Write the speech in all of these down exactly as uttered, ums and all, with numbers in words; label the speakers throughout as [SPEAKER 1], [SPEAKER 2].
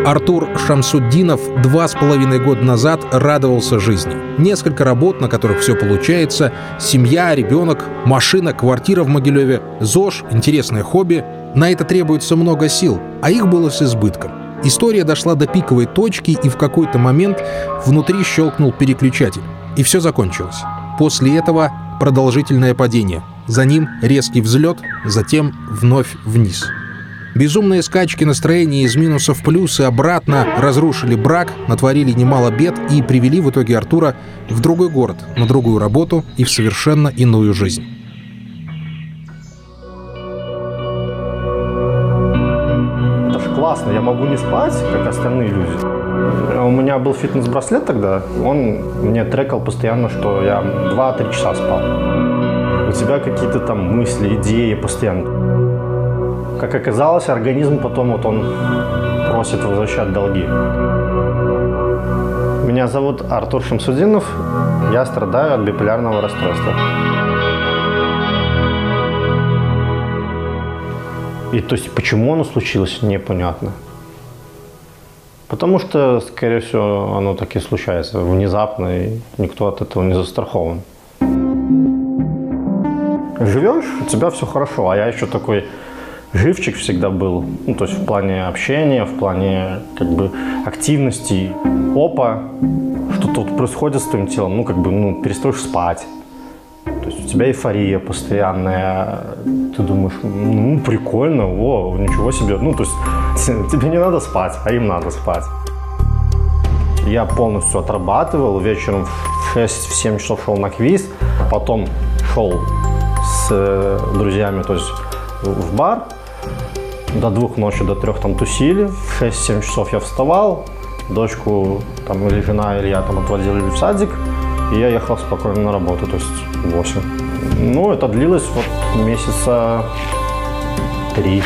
[SPEAKER 1] Артур Шамсутдинов два с половиной года назад радовался жизни. Несколько работ, на которых все получается, семья, ребенок, машина, квартира в Могилеве, ЗОЖ, интересное хобби. На это требуется много сил, а их было с избытком. История дошла до пиковой точки, и в какой-то момент внутри щелкнул переключатель. И все закончилось. После этого продолжительное падение. За ним резкий взлет, затем вновь вниз. Безумные скачки настроения из минуса в плюс и обратно разрушили брак, натворили немало бед и привели в итоге Артура в другой город, на другую работу и в совершенно иную жизнь.
[SPEAKER 2] Это ж классно, я могу не спать, как остальные люди. У меня был фитнес-браслет тогда, он мне трекал постоянно, что я два-три часа спал. У тебя какие-то там мысли, идеи постоянно. Как оказалось, организм потом вот он просит возвращать долги. Меня зовут Артур Шамсутдинов, я страдаю от биполярного расстройства. И то есть почему оно случилось, непонятно. Потому что, скорее всего, оно так и случается внезапно, и никто от этого не застрахован. Живешь, у тебя все хорошо, а я еще такой живчик всегда был, ну, то есть в плане общения, в плане как бы активности. Опа, что-то вот происходит с твоим телом, ну как бы, ну, перестаешь спать. То есть у тебя эйфория постоянная, ты думаешь, ну прикольно, о, ничего себе, ну то есть тебе не надо спать, а им надо спать. Я полностью отрабатывал, вечером в шесть-семь часов шел на квиз, потом шел с друзьями, то есть в бар, до двух ночи, до трех там тусили, в шесть-семь часов я вставал, дочку там или жена, или я там отводили в садик, и я ехал спокойно на работу, то есть восемь. Ну, это длилось вот месяца три.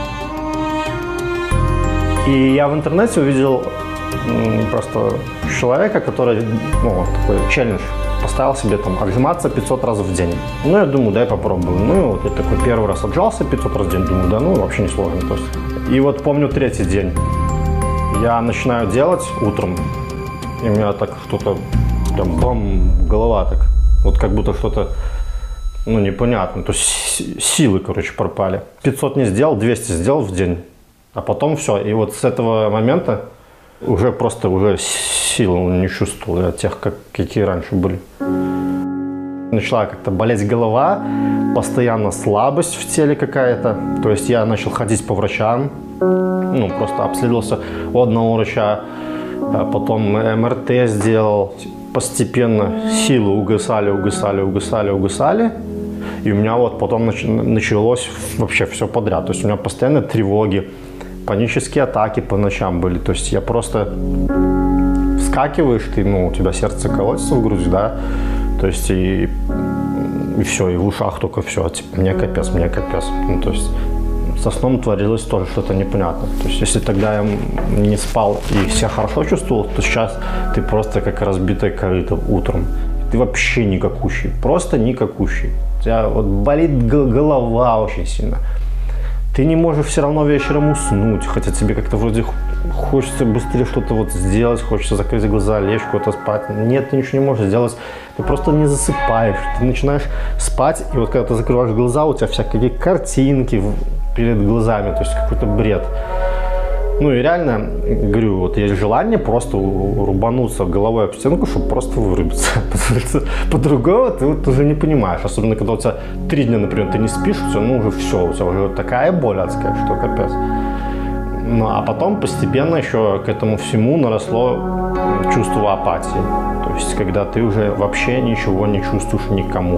[SPEAKER 2] И я в интернете увидел просто человека, который, ну, такой челлендж, поставил себе там отжиматься пятьсот раз в день. Ну, я думаю, дай попробую. Ну, вот я такой первый раз отжался пятьсот раз в день, думаю, да, ну, вообще не сложно. То есть. И вот помню третий день. Я начинаю делать утром, и у меня так что-то, прям бам, голова так, вот как будто что-то, ну, непонятно. То есть силы, короче, пропали. пятьсот не сделал, двести сделал в день, а потом все. И вот с этого момента уже просто уже сил не чувствовал я тех, как, какие раньше были. Начала как-то болеть голова, постоянно слабость в теле какая-то. То есть я начал ходить по врачам, ну просто обследовался у одного врача, потом эм эр тэ сделал. Постепенно силы угасали, угасали, угасали, угасали. И у меня вот потом нач началось вообще все подряд. То есть у меня постоянно тревоги, панические атаки по ночам были. То есть я просто вскакиваешь, ты, ну, у тебя сердце колотится в груди, да. То есть и, и все, и в ушах только все. Типа, мне капец, мне капец. Ну, то есть со сном творилось тоже что-то непонятное. То есть если тогда я не спал и себя хорошо чувствовал, то сейчас ты просто как разбитое корыто утром. Ты вообще никакущий, просто никакущий. У тебя вот болит голова очень сильно. Ты не можешь все равно вечером уснуть, хотя тебе как-то вроде хочется быстрее что-то вот сделать, хочется закрыть глаза, лечь, куда-то спать. Нет, ты ничего не можешь сделать, ты просто не засыпаешь. Ты начинаешь спать, и вот когда ты закрываешь глаза, у тебя всякие картинки перед глазами, то есть какой-то бред. Ну и реально, говорю, вот есть желание просто рубануться головой об стенку, чтобы просто вырубиться. По-другому ты вот уже не понимаешь. Особенно, когда у тебя три дня, например, ты не спишь, все, ну уже все, у тебя уже такая боль адская, что капец. Ну а потом постепенно еще к этому всему наросло чувство апатии. То есть, когда ты уже вообще ничего не чувствуешь никому.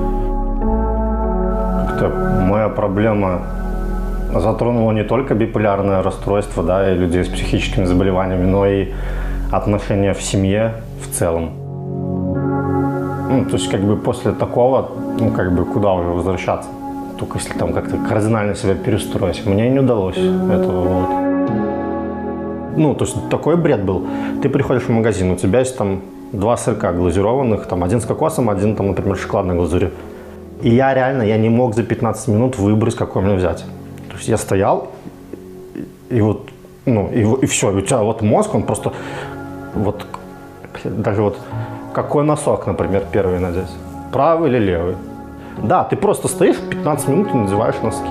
[SPEAKER 2] Как-то моя проблема затронуло не только биполярное расстройство, да, и людей с психическими заболеваниями, но и отношения в семье в целом. Ну, то есть, как бы после такого, ну, как бы, куда уже возвращаться? Только если там как-то кардинально себя перестроить. Мне не удалось этого, вот. Ну, то есть, такой бред был. Ты приходишь в магазин, у тебя есть там два сырка глазированных, там один с кокосом, один, там, например, шоколадной глазурью. И я реально, я не мог за пятнадцать минут выбрать, какой мне взять. То есть я стоял, и вот Ну, и, и все, и у тебя вот мозг, он просто, вот, даже вот, какой носок, например, первый надеть, правый или левый. Да, ты просто стоишь пятнадцать минут и надеваешь носки.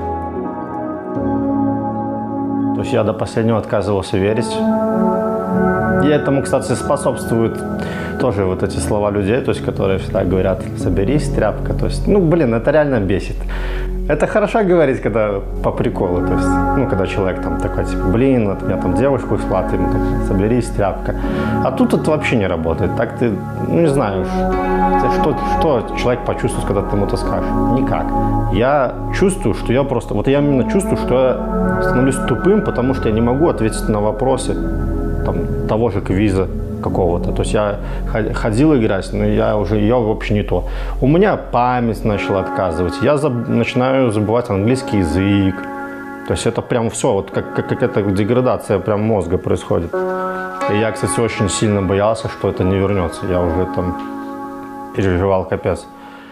[SPEAKER 2] То есть я до последнего отказывался верить. И этому, кстати, способствуют тоже вот эти слова людей, то есть, которые всегда говорят «соберись, тряпка». То есть, ну, блин, это реально бесит. Это хорошо говорить, когда по приколу, то есть, ну, когда человек там такой, типа, блин, вот у меня там девушка ушла, ты ему там «соберись, тряпка». А тут это вообще не работает. Так ты, ну, не знаю, что, что человек почувствует, когда ты ему это скажешь? Никак. Я чувствую, что я просто, вот я именно чувствую, что я становлюсь тупым, потому что я не могу ответить на вопросы там, того же квиза какого-то. То есть я ходил играть, но я уже, я вообще не то. У меня память начала отказывать, я заб, начинаю забывать английский язык. То есть это прям все, вот как, как какая-то деградация прям мозга происходит. И я, кстати, очень сильно боялся, что это не вернется. Я уже там переживал капец.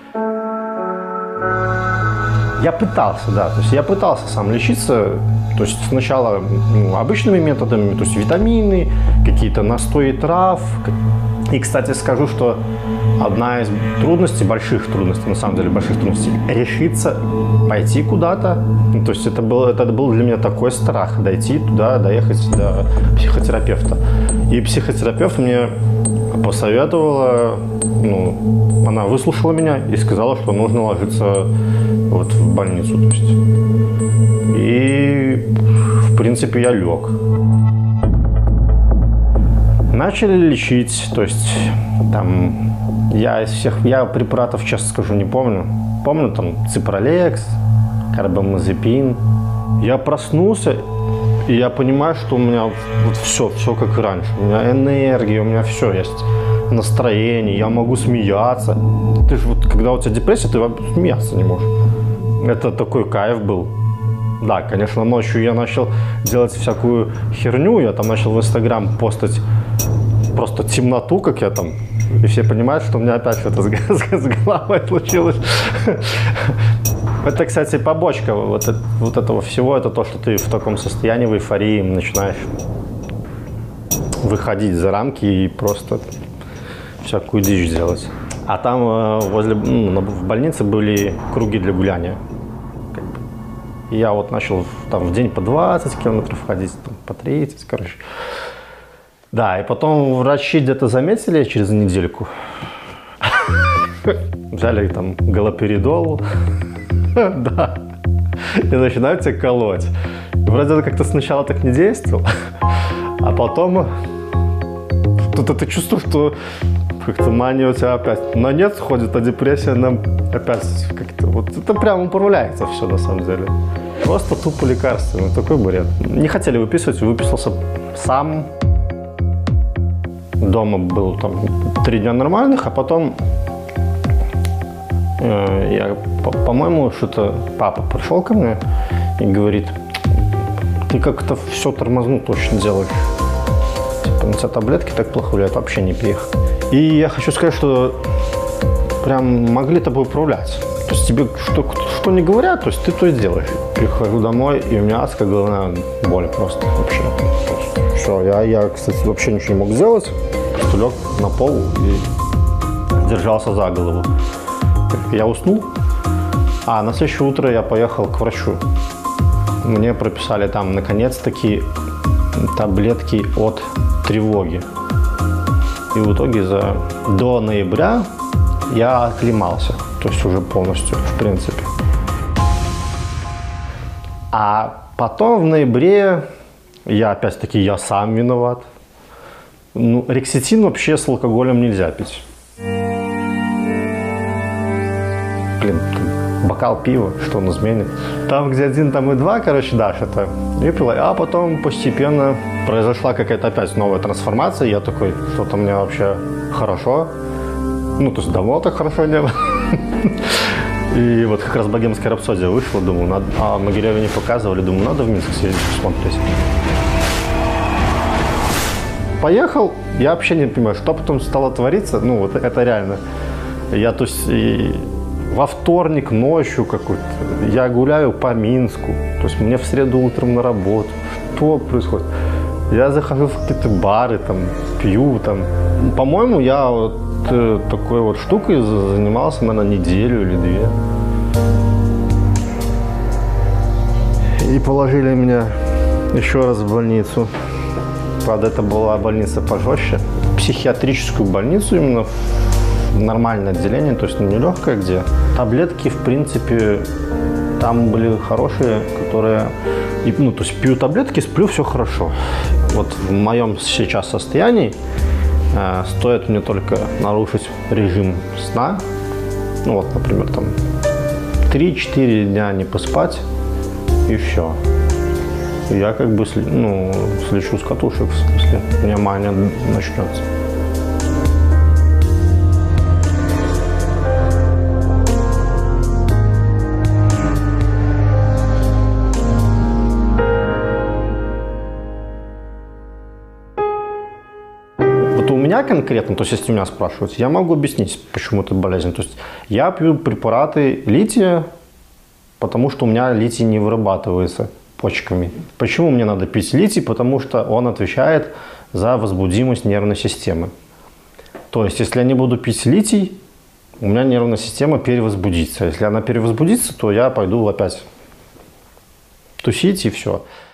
[SPEAKER 2] Я пытался, да, то есть я пытался сам лечиться, то есть сначала ну, обычными методами, то есть витамины, какие-то настои трав. И, кстати, скажу, что одна из трудностей, больших трудностей, на самом деле больших трудностей, решиться пойти куда-то. Ну, то есть это был, это был для меня такой страх, дойти туда, доехать до психотерапевта. И психотерапевт мне посоветовала, ну, она выслушала меня и сказала, что нужно ложиться вот в больницу, то есть. И, в принципе, я лег. Начали лечить, то есть, там, я из всех, я препаратов, честно скажу, не помню. Помню, там, ципролекс, карбамазепин. Я проснулся, и я понимаю, что у меня вот все, все как раньше. У меня энергия, у меня все есть. Настроение, я могу смеяться. Ты же вот, когда у тебя депрессия, ты смеяться не можешь. Это такой кайф был. Да, конечно, ночью я начал делать всякую херню. Я там начал в Инстаграм постать просто темноту, как я там. И все понимают, что у меня опять что-то с, с, с головой случилось. Это, кстати, побочка вот, вот этого всего. Это то, что ты в таком состоянии, в эйфории, начинаешь выходить за рамки и просто всякую дичь делать. А там возле, ну, в больнице были круги для гуляния. И я вот начал там в день по двадцать километров ходить, там, по тридцать, короче. Да, и потом врачи где-то заметили через недельку. Взяли там галоперидол. Да. И начинают тебя колоть. Вроде как-то сначала так не действовал, а потом тут ты чувствуешь, что как-то мания у тебя опять на нет сходит, а депрессия нам опять как-то... Вот это прям управляется все на самом деле. Просто тупо лекарственный, такой бред. Не хотели выписывать, выписался сам. Дома был там три дня нормальных, а потом э, я, по- по-моему, что-то папа пришел ко мне и говорит: ты как-то все тормознул точно делаешь. Типа, на тебя таблетки так плохо влияют, вообще не пей их. И я хочу сказать, что прям могли тобой управлять. То есть тебе что, что не говорят, то есть ты то и делаешь. Прихожу домой, и у меня адская головная боль просто вообще. Все, я, я, кстати, вообще ничего не мог сделать. Просто лег на пол и держался за голову. Я уснул, а на следующее утро я поехал к врачу. Мне прописали там, наконец-таки, таблетки от тревоги. И в итоге за, до ноября я оклемался. То есть уже полностью, в принципе. А потом в ноябре я опять-таки, я сам виноват. Ну, рекситин вообще с алкоголем нельзя пить. Блин, бокал пива, что он изменит. Там, где один, там и два, короче, да, что-то выпил. А потом постепенно произошла какая-то опять новая трансформация. Я такой, что-то мне вообще хорошо. Ну, то есть давно так хорошо не было. И вот как раз «Богемская рапсодия» вышла, думаю, надо... а в Могилеве не показывали, думаю, надо в Минск съездить посмотреть. Поехал, я вообще не понимаю, что потом стало твориться, ну, вот это реально. Я, то есть, и во вторник ночью какой-то, я гуляю по Минску, то есть мне в среду утром на работу. что происходит? Я захожу в какие-то бары, там, пью, там. По-моему, я вот э, такой вот штукой занимался, наверное, неделю или две. И положили меня еще раз в больницу. Правда, это была больница пожестче. Психиатрическую больницу именно, в нормальное отделение, то есть не легкое, где таблетки, в принципе, там были хорошие, которые, ну, то есть пью таблетки, сплю, все хорошо. Вот в моем сейчас состоянии э, стоит мне только нарушить режим сна, ну вот, например, там три-четыре дня не поспать, и все. Я как бы, ну, слечу с катушек, в смысле, у меня мания начнется. Вот у меня конкретно, то есть если меня спрашивают, я могу объяснить, почему это болезнь. То есть я пью препараты лития, потому что у меня литий не вырабатывается почками. Почему мне надо пить литий? Потому что он отвечает за возбудимость нервной системы. То есть, если я не буду пить литий, у меня нервная система перевозбудится. Если она перевозбудится, то я пойду опять тусить и все.